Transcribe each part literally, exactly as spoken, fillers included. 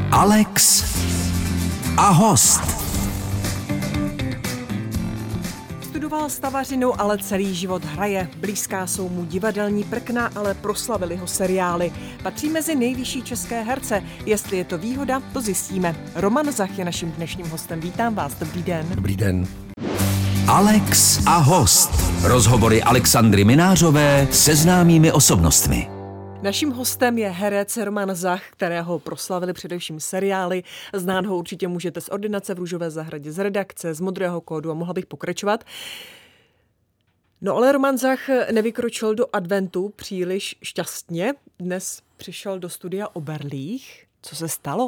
Alex a host. Studoval stavařinu, ale celý život hraje. Blízká jsou mu divadelní prkna, ale proslavili ho seriály. Patří mezi nejvyšší české herce. Jestli je to výhoda, to zjistíme. Roman Zach je naším dnešním hostem. Vítám vás, dobrý den. Dobrý den. Alex a host. Rozhovory Alexandry Minářové se známými osobnostmi. Naším hostem je herec Roman Zach, kterého proslavili především seriály. Znát ho určitě můžete z Ordinace v Růžové zahradě, z redakce, z Modrého kódu a mohla bych pokračovat. No ale Roman Zach nevykročil do adventu příliš šťastně. Dnes přišel do studia Oberlých. Co se stalo?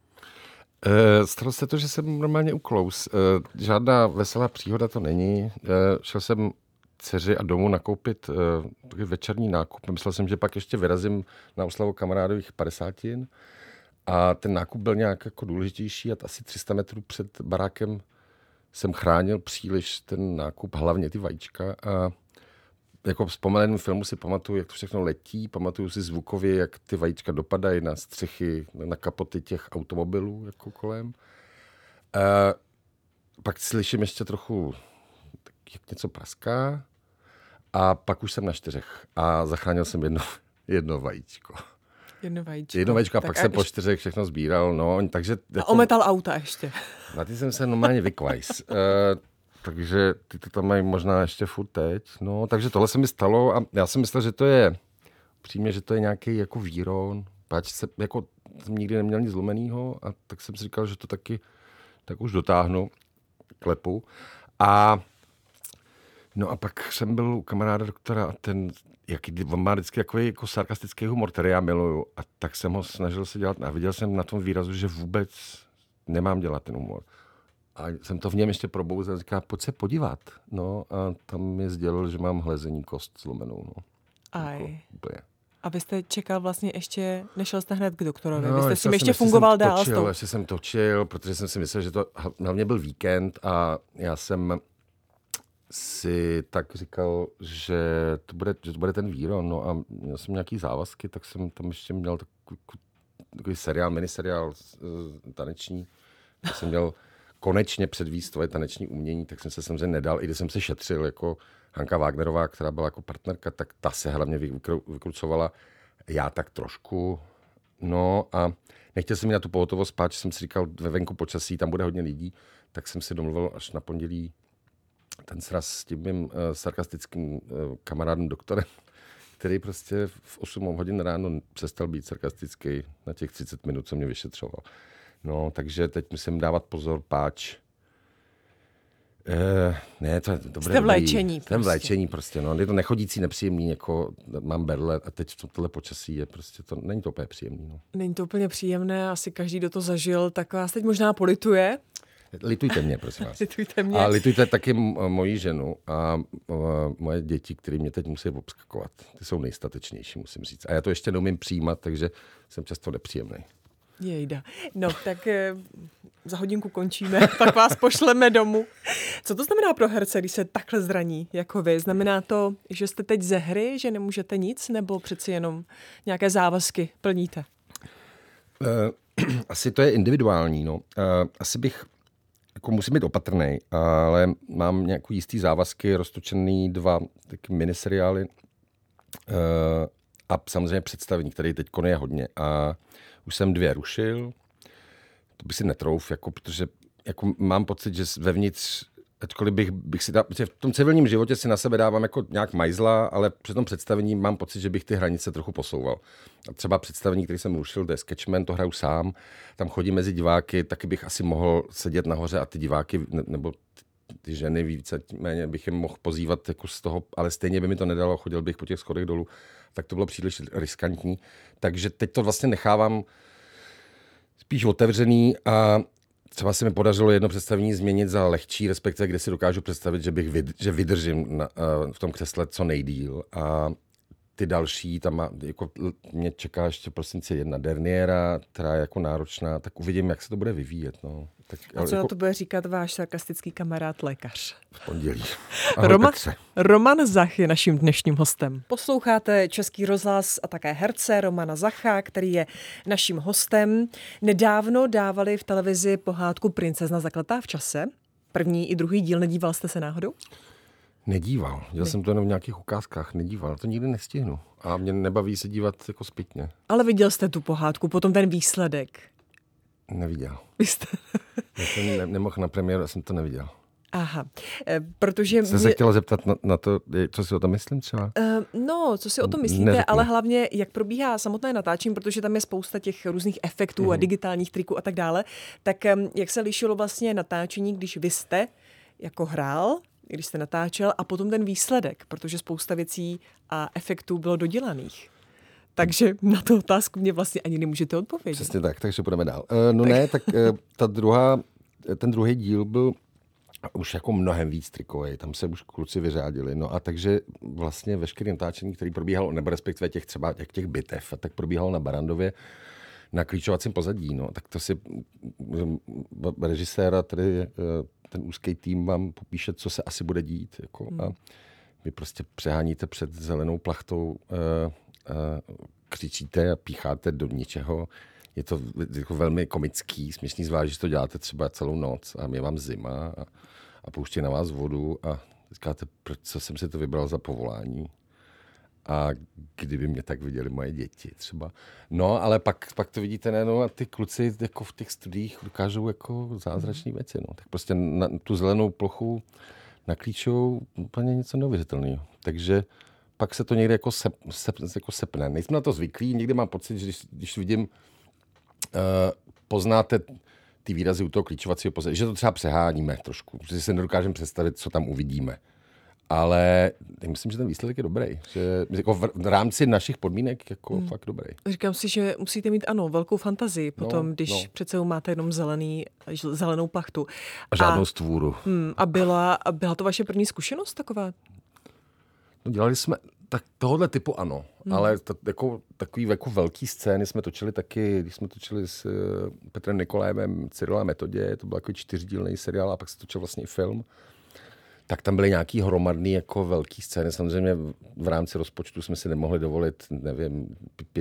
Uh, stalo se to, že jsem normálně uklous. Uh, žádná veselá příhoda to není. Uh, šel jsem dceři a domů nakoupit uh, takový večerní nákup. Myslel jsem, že pak ještě vyrazím na oslavu kamarádových padesátin. A ten nákup byl nějak jako důležitější a asi tři sta metrů před barákem jsem chránil příliš ten nákup, hlavně ty vajíčka. A jako v zpomaleném filmu si pamatuju, jak to všechno letí, pamatuju si zvukově, jak ty vajíčka dopadají na střechy, na kapoty těch automobilů jako kolem. A pak slyším ještě trochu, jak něco praská a pak už jsem na čtyřech a zachránil jsem jedno, jedno vajíčko. Jedno vajíčko. Jedno vajíčko a tak pak a jsem ještě... po čtyřech všechno sbíral. No, takže, A jako, ometal auta ještě. na ty jsem se normálně vykvajs. uh, takže ty to tam mají možná ještě furt teď. No, takže tohle se mi stalo a já jsem myslel, že to je přímě, že to je nějaký jako víron. Páč se, jako jsem nikdy neměl nic zlomenýho a tak jsem si říkal, že to taky tak už dotáhnu klepu. A no a pak jsem byl u kamaráda doktora a ten, jaký, on má vždycky takový jako sarkastický humor, který já miluju. A tak jsem ho snažil se dělat a viděl jsem na tom výrazu, že vůbec nemám dělat ten humor. A jsem to v něm ještě probouzel a říká, pojď se podívat. No a tam mi sdělil, že mám hlezení kost zlomenou. No. Aj. Jako, úplně. A vy jste čekal vlastně ještě, nešel jste hned k doktorovi, No, vy jste s tím jsem, ještě fungoval jsem dál. Točil, s tou... ještě jsem točil, protože jsem si myslel, že to hlavně byl víkend a já jsem si tak říkal, že to bude, že to bude ten víron, no a měl jsem nějaký závazky, tak jsem tam ještě měl takový, takový seriál, miniseriál taneční, tak jsem měl konečně předvíst tvoje taneční umění, tak jsem se samozřejmě nedal, i když jsem se šetřil, jako Hanka Wagnerová, která byla jako partnerka, tak ta se hlavně vykrucovala, já tak trošku, no a nechtěl jsem mi na tu pohotovost spát, že jsem si říkal, ve venku počasí, tam bude hodně lidí, tak jsem si domluvil až na pondělí ten sraz s tím mým uh, sarkastickým uh, kamarádem doktorem, který prostě v osm hodin ráno přestal být sarkastický na těch třicet minut, co mě vyšetřoval. No, takže teď musím dávat pozor, páč. Uh, ne, to je dobré. Jste v léčení. Jsem prostě. v léčení prostě, no. Je to nechodící, nepříjemný, jako mám berle a teď v tohle počasí je prostě, to není to úplně příjemný, no. Není to úplně příjemné, asi každý, kdo to zažil, tak vás teď možná polituje. Litujte mě, prosím vás. Litujte mě. A litujte taky moji ženu a moje děti, které mě teď musí obskakovat. Ty jsou nejstatečnější, musím říct. A já to ještě neumím přijímat, takže jsem často nepříjemný. Jejda. No, tak eh, za hodinku končíme, pak vás pošleme domů. Co to znamená pro herce, když se takhle zraní jako vy? Znamená to, že jste teď ze hry, že nemůžete nic, nebo přeci jenom nějaké závazky plníte? Uh, asi to je individuální, no. Uh, asi bych jako musím být opatrný, ale mám nějaký jistý závazky, roztočený dva taky miniseriály uh, a samozřejmě představení, které teď je hodně. A už jsem dvě rušil, to bych si netrouf, jako, protože jako mám pocit, že vevnitř, ačkoliv bych, bych si dal, v tom civilním životě si na sebe dávám jako nějak majzla, ale při tom představení mám pocit, že bych ty hranice trochu posouval. A třeba představení, který jsem rušil, to je Sketchman, to hraju sám, tam chodím mezi diváky, taky bych asi mohl sedět nahoře a ty diváky, nebo ty ženy více méně bych je mohl pozývat jako z toho, ale stejně by mi to nedalo, chodil bych po těch schodech dolů, tak to bylo příliš riskantní. Takže teď to vlastně nechávám spíš otevřený a třeba se mi podařilo jedno představení změnit za lehčí, respektive kde si dokážu představit, že bych vyd, že vydržím na, uh, v tom křesle co nejdýl. A ty další, tam má, jako mě čeká ještě v prosinci jedna derniéra, která je jako náročná, tak uvidím, jak se to bude vyvíjet. No. Tak, A co jako, na to bude říkat váš sarkastický kamarád lékař? V pondělí. Ahoj, Roma, Petře. Roman Zach je naším dnešním hostem. Posloucháte Český rozhlas a také herce Romana Zacha, který je naším hostem. Nedávno dávali v televizi pohádku Princezna zakletá v čase. První i druhý díl, nedíval jste se náhodou? Nedíval. Dělal Ne. jsem to jenom v nějakých ukázkách. Nedíval. To nikdy nestihnu. A mě nebaví se dívat jako zpětně. Ale viděl jste tu pohádku, potom ten výsledek. Neviděl. Vy jste... Já jsem ne, nemohl na premiéru, já jsem to neviděl. Aha, e, protože... Jste se chtěla zeptat na, na to, co si o tom myslím třeba? Uh, no, co si o tom myslíte, Neřeknu. ale hlavně, jak probíhá samotné natáčení, protože tam je spousta těch různých efektů mm. a digitálních triků a tak dále, tak um, jak se lišilo vlastně natáčení, když vy jste jako hrál, když jste natáčel, a potom ten výsledek, protože spousta věcí a efektů bylo dodělaných. Takže na tu otázku mě vlastně ani nemůžete odpovědět. Přesně tak, takže půjdeme dál. Uh, no tak. ne, tak uh, ta druhá, ten druhý díl byl už jako mnohem víc trikový, tam se už kluci vyřádili. No a takže vlastně veškeré natáčení, který probíhalo, nebo respektive těch třeba těch, těch bitev, tak probíhalo na Barandově na klíčovacím pozadí. No. Tak to si režiséra, tedy ten úzký tým vám popíše, co se asi bude dít. Jako, hmm. A vy prostě přeháníte před zelenou plachtou, uh, uh, křičíte a pícháte do ničeho. Je to jako velmi komický, směšný, zvlášť, že to děláte třeba celou noc a je vám zima a, a pouští na vás vodu a říkáte, proč co jsem si to vybral za povolání. A kdyby mě tak viděli moje děti třeba. No, ale pak, pak to vidíte, ne, no, a ty kluci jako v těch studiích dokážou jako zázračné věci. No. Tak prostě na tu zelenou plochu naklíčou úplně něco neuvěřitelného. Takže pak se to někde jako, sep, sep, jako sepne. Nejsme na to zvyklí, někdy mám pocit, že když, když vidím Uh, poznáte ty výrazy u toho klíčovacího pozadí, že to třeba přeháníme trošku, že si nedokážeme představit, co tam uvidíme. Ale myslím, že ten výsledek je dobrý. Že jako v rámci našich podmínek jako hmm. fakt dobrý. Říkám si, že musíte mít, ano, velkou fantazii potom, no, když no. přece máte jenom zelený, zelenou plachtu. A žádnou a, stvůru. Hmm, a byla, a byla to vaše první zkušenost taková? No, dělali jsme tak tohohle typu ano, hmm. ale t- jako, takový jako velký scény jsme točili taky, když jsme točili s uh, Petrem Nikolajem Cyrila Metodě, to byl jako čtyřdílný seriál a pak se točil vlastně i film, tak tam byly nějaký hromadný jako velký scény. Samozřejmě v rámci rozpočtu jsme si nemohli dovolit, nevím,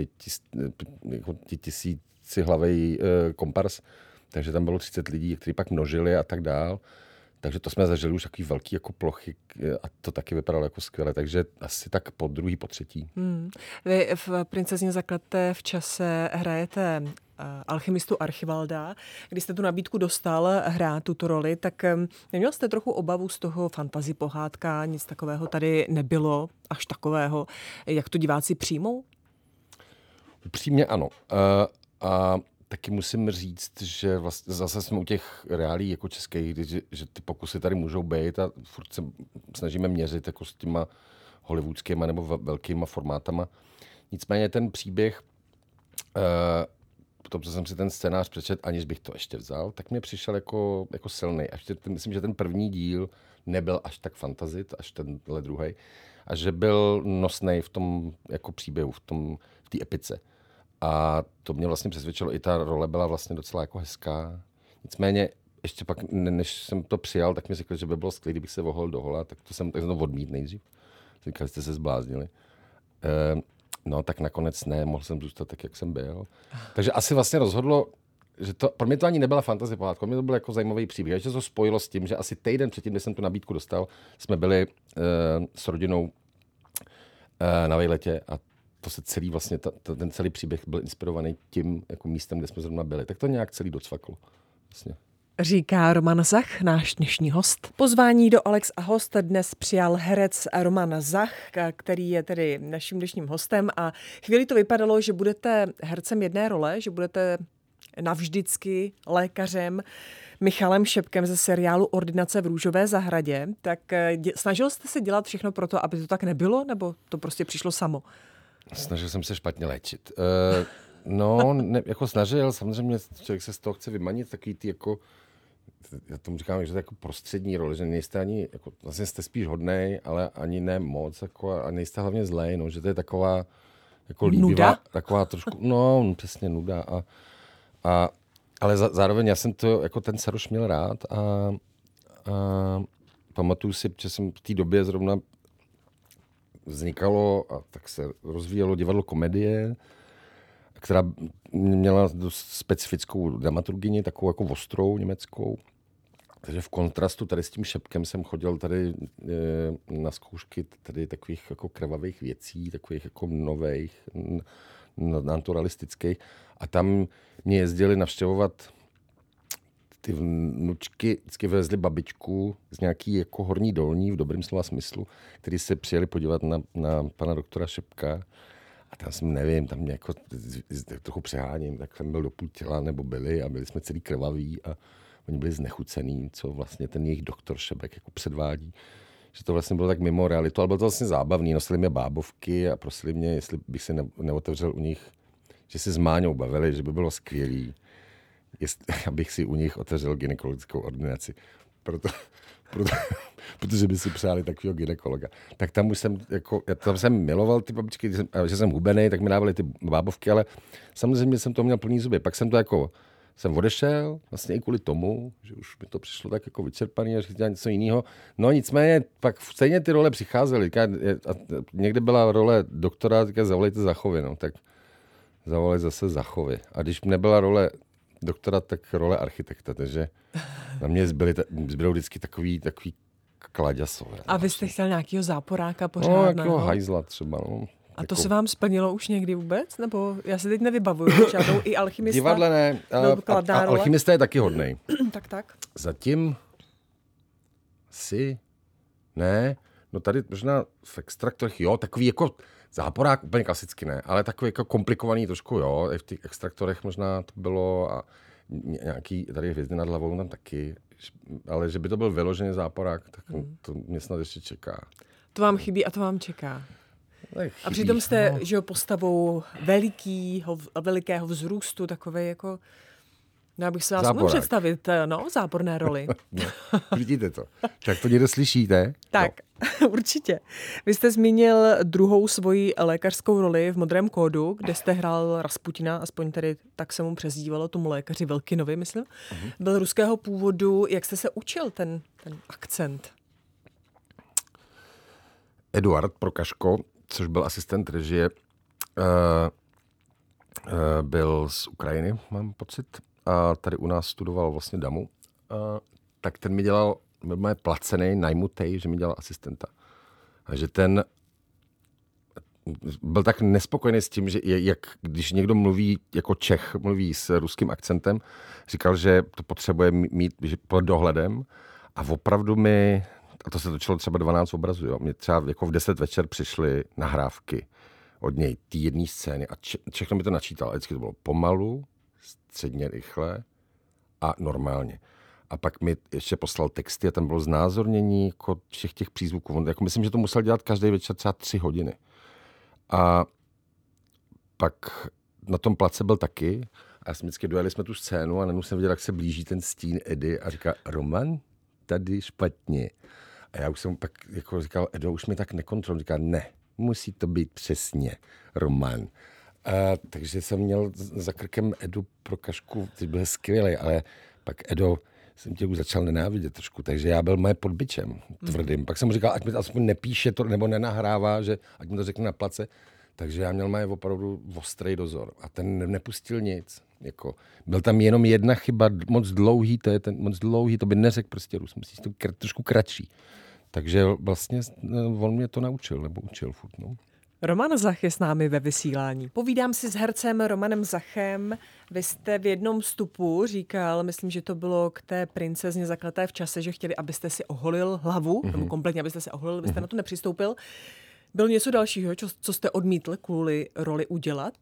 tisíci hlavej uh, kompars, takže tam bylo třicet lidí, kteří pak množili a tak dál. Takže to jsme zažili už takový velký jako plochy a to taky vypadalo jako skvěle, takže asi tak po druhý, po třetí. Hmm. Vy v Princezně zakleté v čase hrajete uh, alchymistu Archivalda. Když jste tu nabídku dostal hrát tuto roli, tak um, neměl jste trochu obavu z toho fantasy pohádka, nic takového tady nebylo, až takového. Jak to diváci přijmou? Upřímně ano. Uh, a taky musím říct, že vlastně zase jsme u těch reálí jako českých, že, že ty pokusy tady můžou být a furt se snažíme měřit jako s těma hollywoodskýma nebo velkýma formátama. Nicméně ten příběh, uh, potom, co jsem si ten scénář přečetl, aniž bych to ještě vzal, tak mě přišel jako, jako silný. A ještě ten, myslím, že ten první díl nebyl až tak fantazit, až tenhle druhý, a že byl nosnej v tom jako příběhu, v tom, v té epice. A to mě vlastně přesvědčilo, i ta role byla vlastně docela jako hezká. Nicméně, ještě pak, než jsem to přijal, tak mi řekli, že by bylo skvělé, kdybych se vohol do hola, tak to jsem, tak jsem to odmít nejdřív. Říkali, jste se zbláznili. E, no, tak nakonec ne, mohl jsem zůstat tak, jak jsem byl. Takže asi vlastně rozhodlo, že to, pro mě to ani nebyla fantasy pohádka, pro mě to byl jako zajímavý příběh, že to spojilo s tím, že asi týden předtím, když jsem tu nabídku dostal, jsme byli e, s rodinou e, na vejletě a to se celý vlastně, ta, ta, ten celý příběh byl inspirovaný tím jako místem, kde jsme zrovna byli. Tak to nějak celý docvaklo. Vlastně. Říká Roman Zach, náš dnešní host. Pozvání do Alex a host dnes přijal herec Roman Zach, který je tedy naším dnešním hostem a chvíli to vypadalo, že budete hercem jedné role, že budete navždycky lékařem Michalem Šepkem ze seriálu Ordinace v Růžové zahradě. Tak dě, snažil jste se dělat všechno pro to, aby to tak nebylo, nebo to prostě přišlo samo? Snažil jsem se špatně léčit. Uh, no, ne, jako snažil, samozřejmě člověk se z toho chce vymanit, takový ty jako já tomu říkám, že to je jako prostřední role, že nejste ani, jako, vlastně jste spíš hodnej, ale ani ne moc, jako, a nejste hlavně zlej, no, že to je taková jako líbivá, nuda? taková trošku, no, přesně nuda. A, a, ale za, zároveň já jsem to, jako ten Saroš měl rád a, a pamatuju si, že jsem v té době zrovna vznikalo a tak se rozvíjelo divadlo Komedie, která měla dost specifickou dramaturgyni, takovou jako ostrou německou. Takže v kontrastu tady s tím Šepkem jsem chodil tady e, na zkoušky tady takových jako krvavých věcí, takových jako nových, n- naturalistických. A tam mě jezdili navštěvovat ty vnučky, vždycky vezli babičku z nějaký jako horní dolní, v dobrým slova smyslu, který se přijeli podívat na, na pana doktora Šepka. A tam jsem, nevím, tam mě jako trochu přeháním, tak jsem byl do půl těla, nebo byli a byli jsme celý krvaví a oni byli znechucený, co vlastně ten jejich doktor Šebek jako předvádí. Že to vlastně bylo tak mimo realitu, ale bylo to vlastně zábavný. Nosili mě bábovky a prosili mě, jestli bych se neotevřel u nich, že si s Máňou bavili, že by bylo skvělý, jestli, abych si u nich otevřel gynekologickou ordinaci. Proto, proto, protože by si přáli takového gynekologa. Tak tam už jsem, jako, já tam jsem miloval ty babičky, že jsem hubenej, tak mi dávali ty bábovky, ale samozřejmě jsem to měl plný zuby. Pak jsem to jako, jsem odešel, vlastně i kvůli tomu, že už mi to přišlo tak jako vyčerpaný a chtěl něco jiného. No nicméně, pak stejně ty role přicházely. A někde byla role doktora, říká, zavolejte Zachovy, no, tak zavolej zase Zachovy. A když nebyla role doktora, tak role architekta, takže na mě zbyly, zbylou vždycky takový, takový klaďasové. A vy jste chtěl nějakýho záporáka pořád? No, jakého hajzla třeba, no. A to jako... se vám splnilo už někdy vůbec? Nebo já se teď nevybavuju, žádnou i alchymista. Divadle ne. A, a, a alchymista je taky hodnej. tak, tak. Zatím si ne. No tady možná v extraktorech, jo, takový jako záporák, úplně klasicky ne, ale takový jako komplikovaný trošku, jo. I v těch extraktorech možná to bylo a nějaký tady Hvězdy nad hlavou tam taky. Ale že by to byl vyložený záporák, tak hmm. to mě snad ještě čeká. To vám chybí a to vám čeká. Chybí, a přitom jste, no. že jo, postavou velikýho, velikého vzrůstu, takové jako, no, já bych se vás mohl představit, no, záporné roli. no, vidíte to. Tak to někdo slyšíte? Tak, no. Určitě. Vy jste zmínil druhou svoji lékařskou roli v Modrém kódu, kde jste hrál Rasputina, aspoň tedy tak se mu přezdívalo, tomu lékaři Velkinovi, myslím. Uh-huh. Byl ruského původu. Jak jste se učil ten, ten akcent? Eduard Prokaško, což byl asistent režie, uh, uh, byl z Ukrajiny, mám pocit, a tady u nás studoval vlastně damu. Uh, tak ten mi dělal, byl placený, najmutej, že mi dělal asistenta. A že ten byl tak nespokojený s tím, že jak, když někdo mluví jako Čech, mluví s ruským akcentem, říkal, že to potřebuje mít pod dohledem a opravdu mi, a to se točilo třeba dvanáct obrazů, jo, mě třeba jako v deset večer přišly nahrávky od něj, té jedné scény a če, všechno mi to načítal. A vždycky to bylo pomalu, středně rychle a normálně. A pak mi ještě poslal texty a tam bylo znázornění jako všech těch přízvuků. On, jako myslím, že to musel dělat každý večer třeba tři hodiny. A pak na tom place byl taky a jsme vždycky dojeli jsme tu scénu a najednou jsem viděl, jak se blíží ten stín Edy a říká, Roman, tady špatně. A já už jsem pak jako říkal, Edo, už mi tak nekontroluji. Říká, ne, musí to být přesně, Roman. A, takže jsem měl za krkem Edu Prokašku, což byl skvělý, ale pak Edo jsem tě už začal nenávidět trošku, takže já byl moje pod bičem tvrdým. Mm. Pak jsem mu říkal, ať mi to aspoň nepíše to, nebo nenahrává, že ať mi to řekne na place. Takže já měl moje opravdu ostrý dozor a ten nepustil nic. Jako, byl tam jenom jedna chyba, moc dlouhý, to je ten moc dlouhý, to by neřekl prostě Rus, musíš to kr- trošku kratší. Takže vlastně on mě to naučil, nebo učil furt, no. Roman Zach je s námi ve vysílání. Povídám si s hercem Romanem Zachem. Vy jste v jednom vstupu říkal, myslím, že to bylo k té princezně zakleté v čase, že chtěli, abyste si oholil hlavu, mm-hmm. nebo kompletně, abyste si oholil, abyste mm-hmm. na to nepřistoupil. Bylo něco dalšího, čo, co jste odmítl kvůli roli udělat?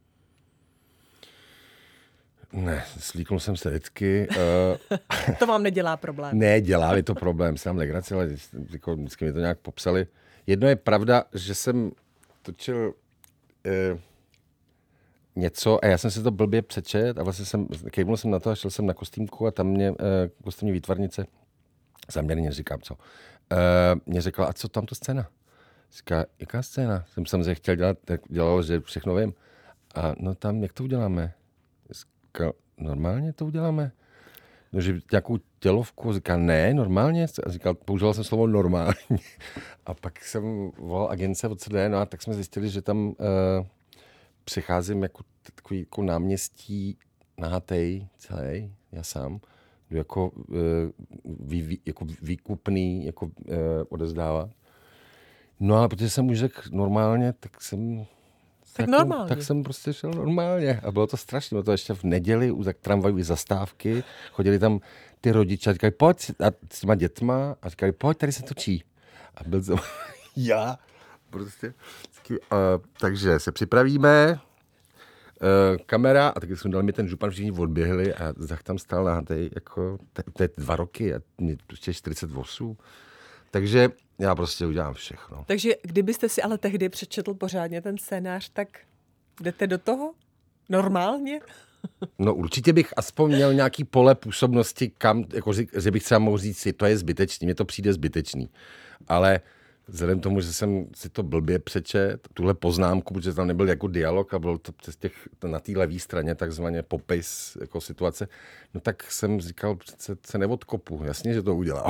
Ne, slíknul jsem se vždycky. Uh, to vám nedělá problém. Ne, dělá mi to problém, sám legraci, ale jako, vždycky mi to nějak popsali. Jedno je pravda, že jsem točil, uh, něco a já jsem si to blbě přečet a vlastně jsem, kejvnul jsem na to a šel jsem na kostýmku a tam mě uh, kostýmní výtvarnice zaměrně říkám, co. Uh, mě řekla, a co tam to scéna? Říká, jaká scéna? Jsem samozřejmě chtěl dělat, tak dělal, že všechno vím. A no tam, jak to uděláme? Říká, normálně to uděláme? No, že nějakou tělovku, říká, ne, normálně. A říkal, používal jsem slovo normálně. A pak jsem volal agence od C D, no a tak jsme zjistili, že tam uh, přicházím jako takový jako náměstí nahatej celý, já sám. Jako, uh, vý, vý, jako výkupný, jako uh, odezdávat. No ale protože jsem už řekl normálně, tak jsem... Tak jako, normálně. Tak jsem prostě šel normálně. A bylo to strašné. Bylo to ještě v neděli u tramvajové zastávky. Chodili tam ty rodiče a říkali, pojď, a s těma dětma. A říkali, pojď, tady se točí. A byl jsem já. Prostě. A, takže se připravíme. E, kamera. A taky jsme dali mi ten župan, všichni odběhli a Zach tam stál na tej, jako, to je dva roky a mě prostě čtyřicet osm. Takže já prostě udělám všechno. Takže kdybyste si ale tehdy přečetl pořádně ten scénář, tak jdete do toho? Normálně? No určitě bych aspoň měl nějaký pole působnosti, kam, jako, že bych třeba mohl říct si, to je zbytečný, mně to přijde zbytečný. Ale vzhledem tomu, že jsem si to blbě přečet, tuhle poznámku, protože tam nebyl jako dialog a byl to přes těch, na té levé straně takzvaně popis jako situace, no tak jsem říkal, přece se neodkopu, jasně, že to udělám.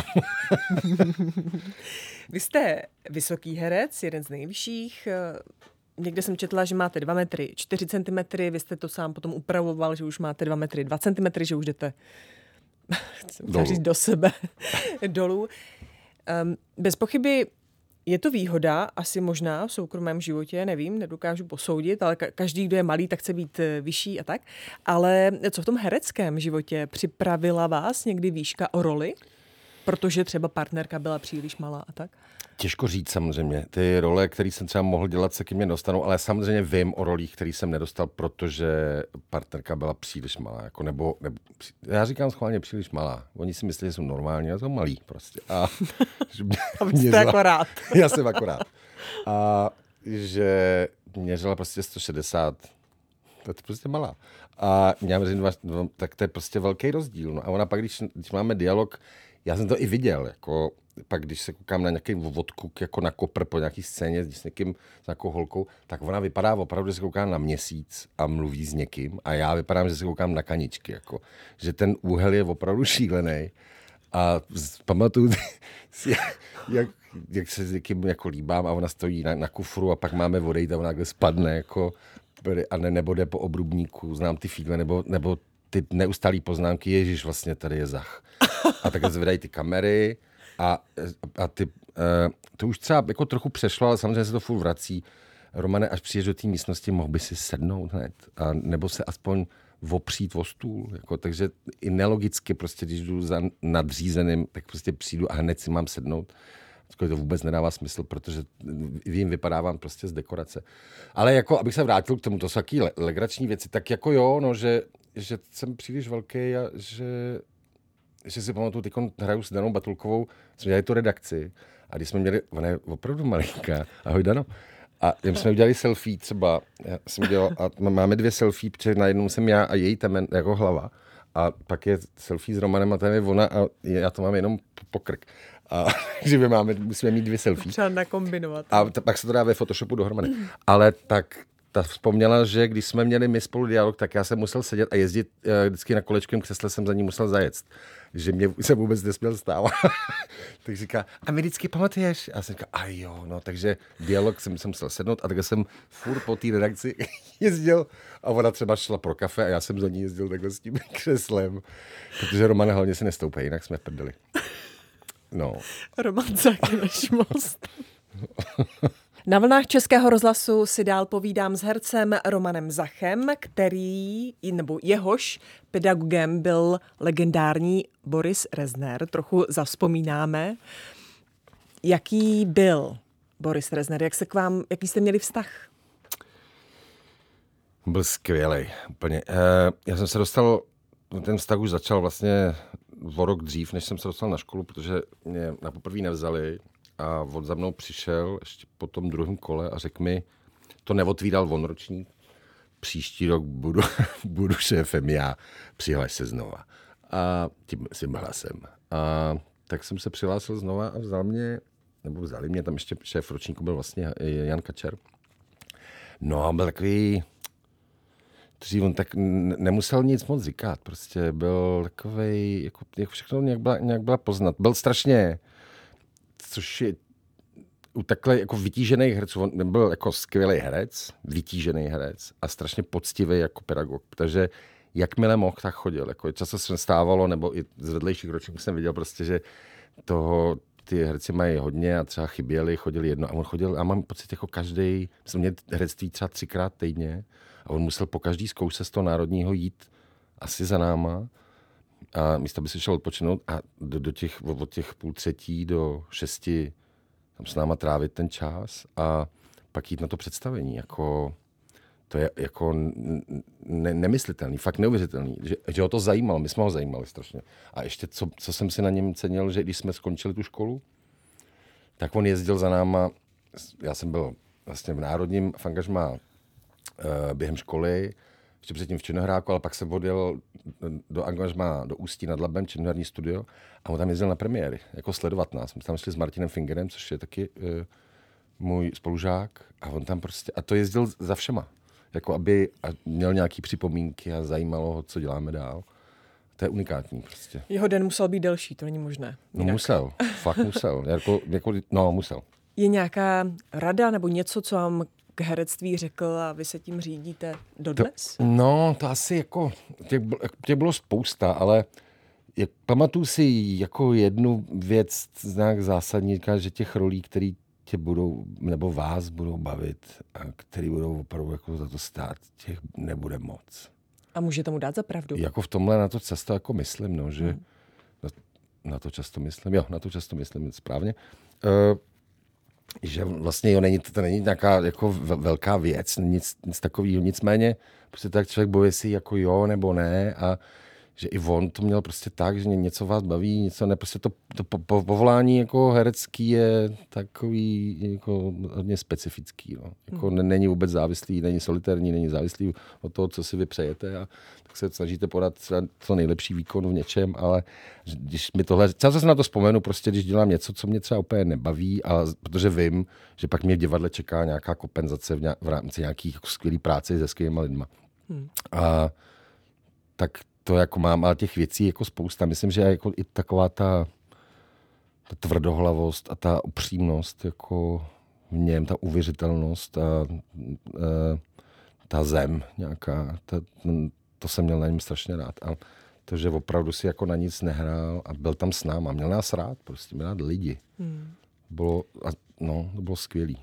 Vy jste vysoký herec, jeden z nejvyšších. Někde jsem četla, že máte dva metry čtyři centimetry, vy jste to sám potom upravoval, že už máte dva metry dva centimetry, že už jdete chci říct do sebe dolů. Um, bez pochyby je to výhoda, asi možná v soukromém životě, nevím, nedokážu posoudit, ale ka- každý, kdo je malý, tak chce být vyšší a tak. Ale co v tom hereckém životě? Připravila vás někdy výška o roli? Protože třeba partnerka byla příliš malá a tak? Těžko říct samozřejmě. Ty role, které jsem třeba mohl dělat, se ke mně dostanou, ale samozřejmě vím o rolích, které jsem nedostal, protože partnerka byla příliš malá. Jako nebo, nebo, já říkám schválně příliš malá. Oni si myslí, že jsou normální, ale jsou malí prostě. A, a vy jste akorát. Já jsem akorát. A že měřila prostě sto šedesát. To je prostě malá. A já říct, no, tak to je prostě velký rozdíl. No a ona pak, když, když máme dialog, já jsem to i viděl, jako pak když se koukám na nějaký odkuk jako na kopr po nějaký scéně s někým, s nějakou holkou, tak ona vypadá opravdu, že se koukám na měsíc a mluví s někým a já vypadám, že se koukám na kaničky, jako, že ten úhel je opravdu šílený. A pamatuju si, jak, jak se s někým jako líbám a ona stojí na, na kufru a pak máme odejít a ona kde spadne jako, a ne, nebo jde po obrubníku, znám ty fígle, nebo, nebo ty neustálý poznámky, ježiš, vlastně tady je Zach. A takhle zvedají ty kamery a, a ty, uh, to už třeba jako trochu přešlo, ale samozřejmě se to furt vrací. Romane, až přijdeš do té místnosti, mohl by si sednout hned, a nebo se aspoň opřít o stůl. Jako, takže i nelogicky, prostě, když jdu za nadřízeným, tak prostě přijdu a hned si mám sednout. To vůbec nedává smysl, protože vím, vypadávám prostě z dekorace. Ale jako, abych se vrátil k tomu, to jsou taky legrační věci, tak jako jo, no, že, že jsem příliš velký a že, že si pamatuju, teď hraju s Danou Batulkovou, jsme dělali tu redakci a když jsme měli, ona je opravdu malinká, ahoj Dano, a my jsme udělali selfie třeba, já jsem dělal, a máme dvě selfie, protože na jednou jsem já a její temen jako hlava a pak je selfie s Romanem a tam je ona a já to mám jenom pokrk. A že my máme, musíme mít dvě selfie. Třeba nakombinovat. A t- pak se to dá ve Photoshopu dohromady. Ale tak ta vzpomněla, že když jsme měli my spolu dialog, tak já jsem musel sedět a jezdit uh, vždycky na kolečkovém křesle, jsem za ní musel zajet. Že mě se vůbec nesměl stávat. Tak říká, a my vždycky pamatuješ? A já jsem říkal, a jo, no, takže dialog jsem, jsem musel sednout a takhle jsem furt po té redakci jezdil a ona třeba šla pro kafe a já jsem za ní jezdil takhle s tím křeslem. Protože Roman hlavně si nestoupí, jinak jsme prdeli. No. Roman Zach než most. Na vlnách Českého rozhlasu si dál povídám s hercem Romanem Zachem, který, nebo jehož pedagogem byl legendární Boris Rezner. Trochu zavzpomínáme. Jaký byl Boris Rezner? Jak se k vám, jaký jste měli vztah? Byl skvělej, úplně. Já jsem se dostal, ten vztah už začal vlastně o rok dřív, než jsem se dostal na školu, protože mě na poprvé nevzali a on za mnou přišel ještě po tom druhém kole a řekl mi, to neotvíral on ročník, příští rok budu, budu šéfem já, přihlaš se znova. A tím si hlasem. A tak jsem se přihlásil znova a vzal mě, nebo vzali mě, tam ještě šéf ročníku byl vlastně Jan Kačer. No a byl takový, kteří on tak nemusel nic moc říkat, prostě byl takovej, jako, jako všechno nějak byla, nějak byla poznat. Byl strašně, což je u takhle jako vytížených herců, on byl jako skvělý herec, vytížený herec a strašně poctivý jako pedagog, protože jakmile mohl, tak chodil. Jako často se stávalo, nebo i z vedlejších ročníků jsem viděl prostě, že toho ty herci mají hodně a třeba chyběli, chodili jedno a on chodil a mám pocit jako každý, jsem měl herectví třeba třikrát týdně a on musel po každý zkoušce z toho národního jít asi za náma a místo by se šel odpočinout a do, do těch, od těch půl třetí do šesti tam s náma trávit ten čas a pak jít na to představení. Jako, to je jako ne, nemyslitelný, fakt neuvěřitelný, že, že ho to zajímalo, my jsme ho zajímali strašně. A ještě, co, co jsem si na něm cenil, že když jsme skončili tu školu, tak on jezdil za náma, já jsem byl vlastně v národním v angažmá uh, během školy, ještě předtím v Černohráku, ale pak jsem odjel do angažmá do Ústí nad Labem, Černohradní studio, a on tam jezdil na premiéry, jako sledovat nás. My tam šli s Martinem Fingerem, což je taky uh, můj spolužák, a on tam prostě, a to jezdil za všema. Jako aby měl nějaký připomínky a zajímalo ho, co děláme dál. To je unikátní prostě. Jeho den musel být delší, to není možné. No musel, fakt musel. Jako, jako, no musel. Je nějaká rada nebo něco, co vám k herectví řekl a vy se tím řídíte dodnes? To, no, to asi jako, těch, těch bylo spousta, ale jak, pamatuju si jako jednu věc nějak zásadní, že těch rolí, který tě budou, nebo vás budou bavit a který budou opravdu jako za to stát, těch nebude moc. A můžete mu dát za pravdu? Jako v tomhle na to často jako myslím, no, že hmm. na, na to často myslím, jo, na to často myslím správně, uh, že vlastně jo, není, to není nějaká jako velká věc, nic, nic takového, nicméně prostě tak člověk bojí si jako jo nebo ne a že i on to měl prostě tak, že něco vás baví, něco ne, prostě to, to po, po, povolání jako herecký je takový jako hodně specifický, no. Jako hmm. není vůbec závislý, není solitérní, není závislý od toho, co si vy přejete a tak se snažíte podat co nejlepší výkon v něčem, ale když mi tohle, často se na to vzpomenu, prostě když dělám něco, co mě třeba úplně nebaví, ale protože vím, že pak mě v divadle čeká nějaká kompenzace v, nějak, v rámci nějakých jako skvělý práce se skvělýma lidma. Hmm. A tak to jako mám, ale těch věcí jako spousta. Myslím, že jako i taková ta, ta tvrdohlavost a ta upřímnost jako v něm, ta uvěřitelnost a, a ta zem nějaká, ta, to jsem měl na něm strašně rád. A to, že opravdu si jako na nic nehrál a byl tam s náma. Měl nás rád, prostě měl rád lidi. Hmm. Bylo, a, no, to bylo skvělý.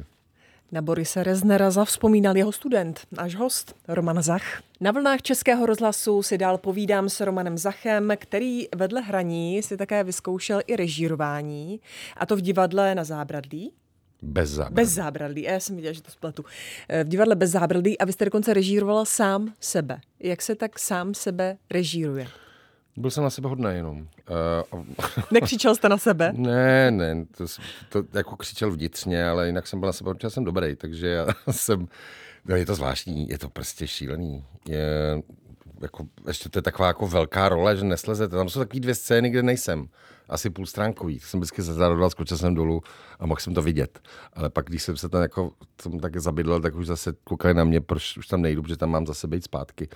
Na Borise Reznera zavzpomínal jeho student, náš host Roman Zach. Na vlnách Českého rozhlasu si dál povídám s Romanem Zachem, který vedle hraní si také vyzkoušel i režírování, a to v divadle Na Zábradlí. Bez zábradlí. Bez zábradlí, já jsem viděla, že to spletu. V divadle Bez zábradlí a vy jste dokonce režíroval sám sebe. Jak se tak sám sebe režíruje? Byl jsem na sebe hodnej jenom. Uh, Nekřičel jste na sebe? Ne, ne, to, to jako křičel vnitřně, ale jinak jsem byl na sebe, protože jsem dobrý, takže já jsem, no je to zvláštní, je to prostě šílený. Je, jako, ještě to je taková jako velká role, že neslezete. Tam jsou takové dvě scény, kde nejsem. Asi půlstránkový. Jsem vždycky se zarodil, skočil jsem dolů a mohl jsem to vidět. Ale pak, když jsem se tam jako, jsem tak zabydlel, tak už zase koukali na mě, proč už tam nejdu, protože tam mám zase být zpátky.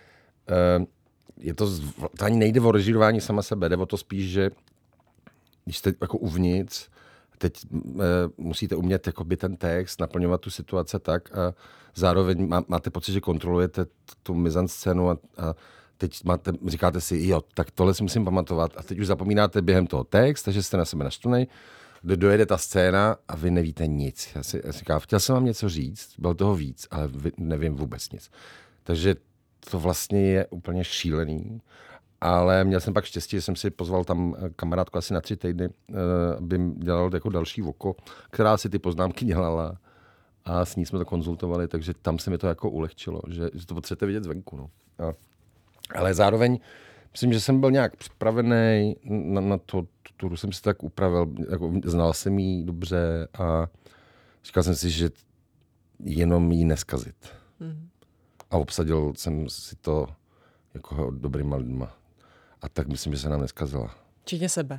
Uh, Je to, to ani nejde o režírování sama sebe, jde o to spíš, že když jste jako uvnitř, teď e, musíte umět jakoby ten text, naplňovat tu situaci tak a zároveň má, máte pocit, že kontrolujete tu mizanscénu a, a teď máte, říkáte si, jo, tak tohle si musím pamatovat a teď už zapomínáte během toho text, takže jste na sebe naštvaný, dojede ta scéna a vy nevíte nic. Já si, já si říkám, chtěl jsem vám něco říct, bylo toho víc, ale vy, nevím vůbec nic. Takže to vlastně je úplně šílený, ale měl jsem pak štěstí, že jsem si pozval tam kamarádku asi na tři týdny, aby dělal jako další voko, která si ty poznámky dělala a s ní jsme to konzultovali, takže tam se mi to jako ulehčilo, že, že to potřebujete vidět zvenku. No. A, ale zároveň myslím, že jsem byl nějak připravený na, na to, tu jsem si tak upravil, jako znal jsem jí dobře a říkal jsem si, že jenom jí neskazit. Mm. a obsadil jsem si to jako dobrýma lidma. A tak myslím, že se nám neskazila. Včetně sebe.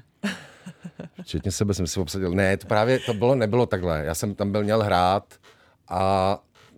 Včetně sebe jsem si obsadil. Ne, to právě to bylo, nebylo takhle. Já jsem tam byl měl hrát a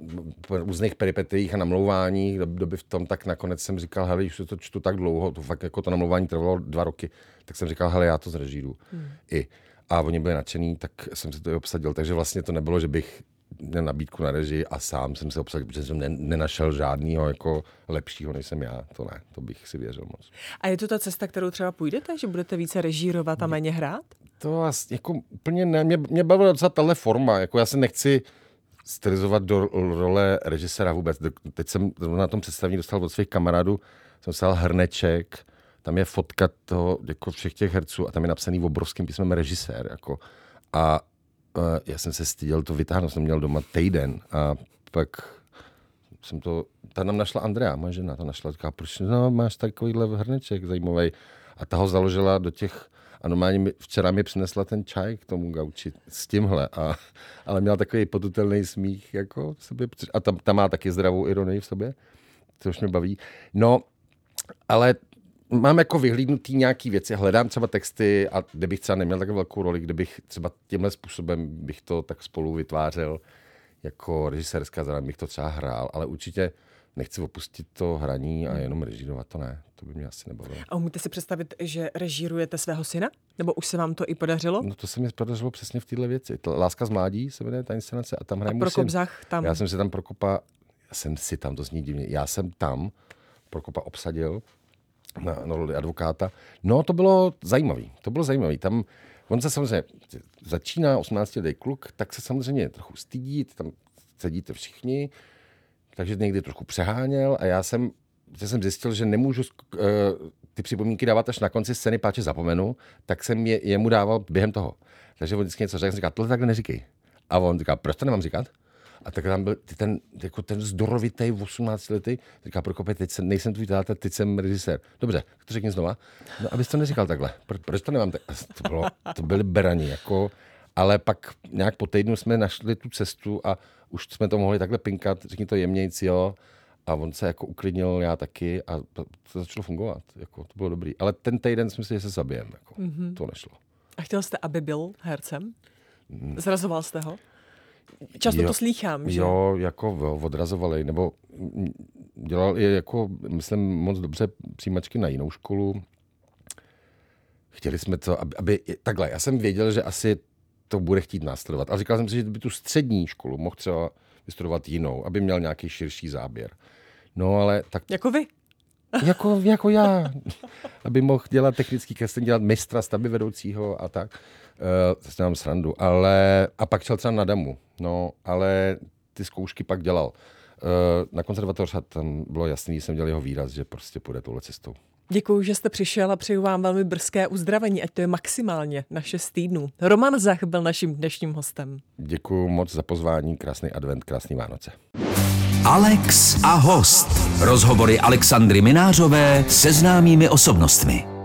po různých peripetiích a namlouváních doby v tom, tak nakonec jsem říkal, hele, už to čtu tak dlouho, to fakt jako to namlouvání trvalo dva roky, tak jsem říkal, hele, já to zrežíru. Hmm. I. A oni byli nadšený, tak jsem si to i obsadil. Takže vlastně to nebylo, že bych měl nabídku na režii a sám jsem se obsadil, protože jsem nenašel žádnýho jako lepšího, než jsem já. To ne, to bych si věřil moc. A je to ta cesta, kterou třeba půjdete, že budete více režírovat a méně hrát? To asi jako úplně ne. Mě, mě bavila docela tahle forma. Jako já se nechci stylizovat do role režiséra vůbec. Teď jsem na tom představení dostal od svých kamarádů, jsem dostal hrneček, tam je fotka toho, jako všech těch herců a tam je napsaný obrovským písmem režisér. Jako. A uh, já jsem se styděl to vytáhnout, jsem měl doma týden a pak jsem to, ta nám našla Andrea, moje žena, to našla, říká, proč no, máš takovýhle hrneček zajímavý. A ta ho založila do těch, a normálně mi, včera mi přinesla ten čaj k tomu gauči s tímhle, a, ale měla takový potutelný smích, jako v sobě, a tam, tam má taky zdravou ironii v sobě, což mě baví. No, ale mám jako vyhlídnutý nějaký věci, hledám třeba texty a kdybych třeba neměl tak velkou roli, kdybych třeba tímhle způsobem bych to tak spolu vytvářel jako režisérská zároveň bych to třeba hrál, ale určitě nechci opustit to hraní a jenom režírovat, to ne, to by mě asi nebavilo. A umíte si představit, že režírujete svého syna? Nebo už se vám to i podařilo? No to se mi podařilo přesně v téhle věci. Láska z mládí se jmenuje ta inscenace a tam hraje můj syn. Tam. Já jsem si tam Prokopa, já jsem si tam, to zní divně, já jsem tam Prokopa obsadil na, na roli advokáta. No to bylo zajímavý, to bylo zajímavý. Tam on se samozřejmě začíná, osmnáctiletý kluk, tak se samozřejmě trochu stydí, tam sedíte všichni, takže někdy trošku přeháněl a já jsem, že jsem zjistil, že nemůžu uh, ty připomínky dávat až na konci scény, páče zapomenu, tak jsem je, jemu dával během toho. Takže on vždycky něco řekl, říká, tohle takhle neříkej. A on říká, proč to nemám říkat? A tak tam byl ten, jako ten zdorovitej osmnáctiletý, říká, Prokope, teď jsem, nejsem tvůj táta, teď jsem režisér. Dobře, to řekni znova. No, abys to neříkal takhle. Pro, proč to nemám tak? To, bylo, to byly berani, jako, ale pak nějak po týdnu jsme našli tu cestu a už jsme to mohli takhle pinkat, řekni to jemnějc, jo. A on se jako uklidnil, já taky a to, to začalo fungovat. Jako, to bylo dobrý. Ale ten týden jsme si, že se zabijeme. Jako, mm-hmm. To nešlo. A chtěl jste, aby byl hercem? Zrazoval jste ho? Často jo, to slýchám, že? Jo, jako odrazovali, nebo dělal je jako, myslím, moc dobře přijímačky na jinou školu. Chtěli jsme to, aby, aby takhle, já jsem věděl, že asi to bude chtít následovat. A říkal jsem si, že by tu střední školu mohl třeba vystudovat jinou, aby měl nějaký širší záběr. No ale tak... Jako vy? Jako, jako já. Aby mohl dělat technický casting, dělat mistra, stavby vedoucího a tak. Uh, to si mám srandu. Ale... A pak šel třeba na Damu. No, ale ty zkoušky pak dělal. Uh, na konzervatoř tam bylo jasný, že jsem dělal jeho výraz, že prostě půjde touhle cestou. Děkuji, že jste přišel a přeju vám velmi brzké uzdravení, ať to je maximálně na šest týdnů. Roman Zach byl naším dnešním hostem. Děkuji moc za pozvání, krásný advent, krásný Vánoce. Alex a host. Rozhovory Alexandry Minářové se známými osobnostmi.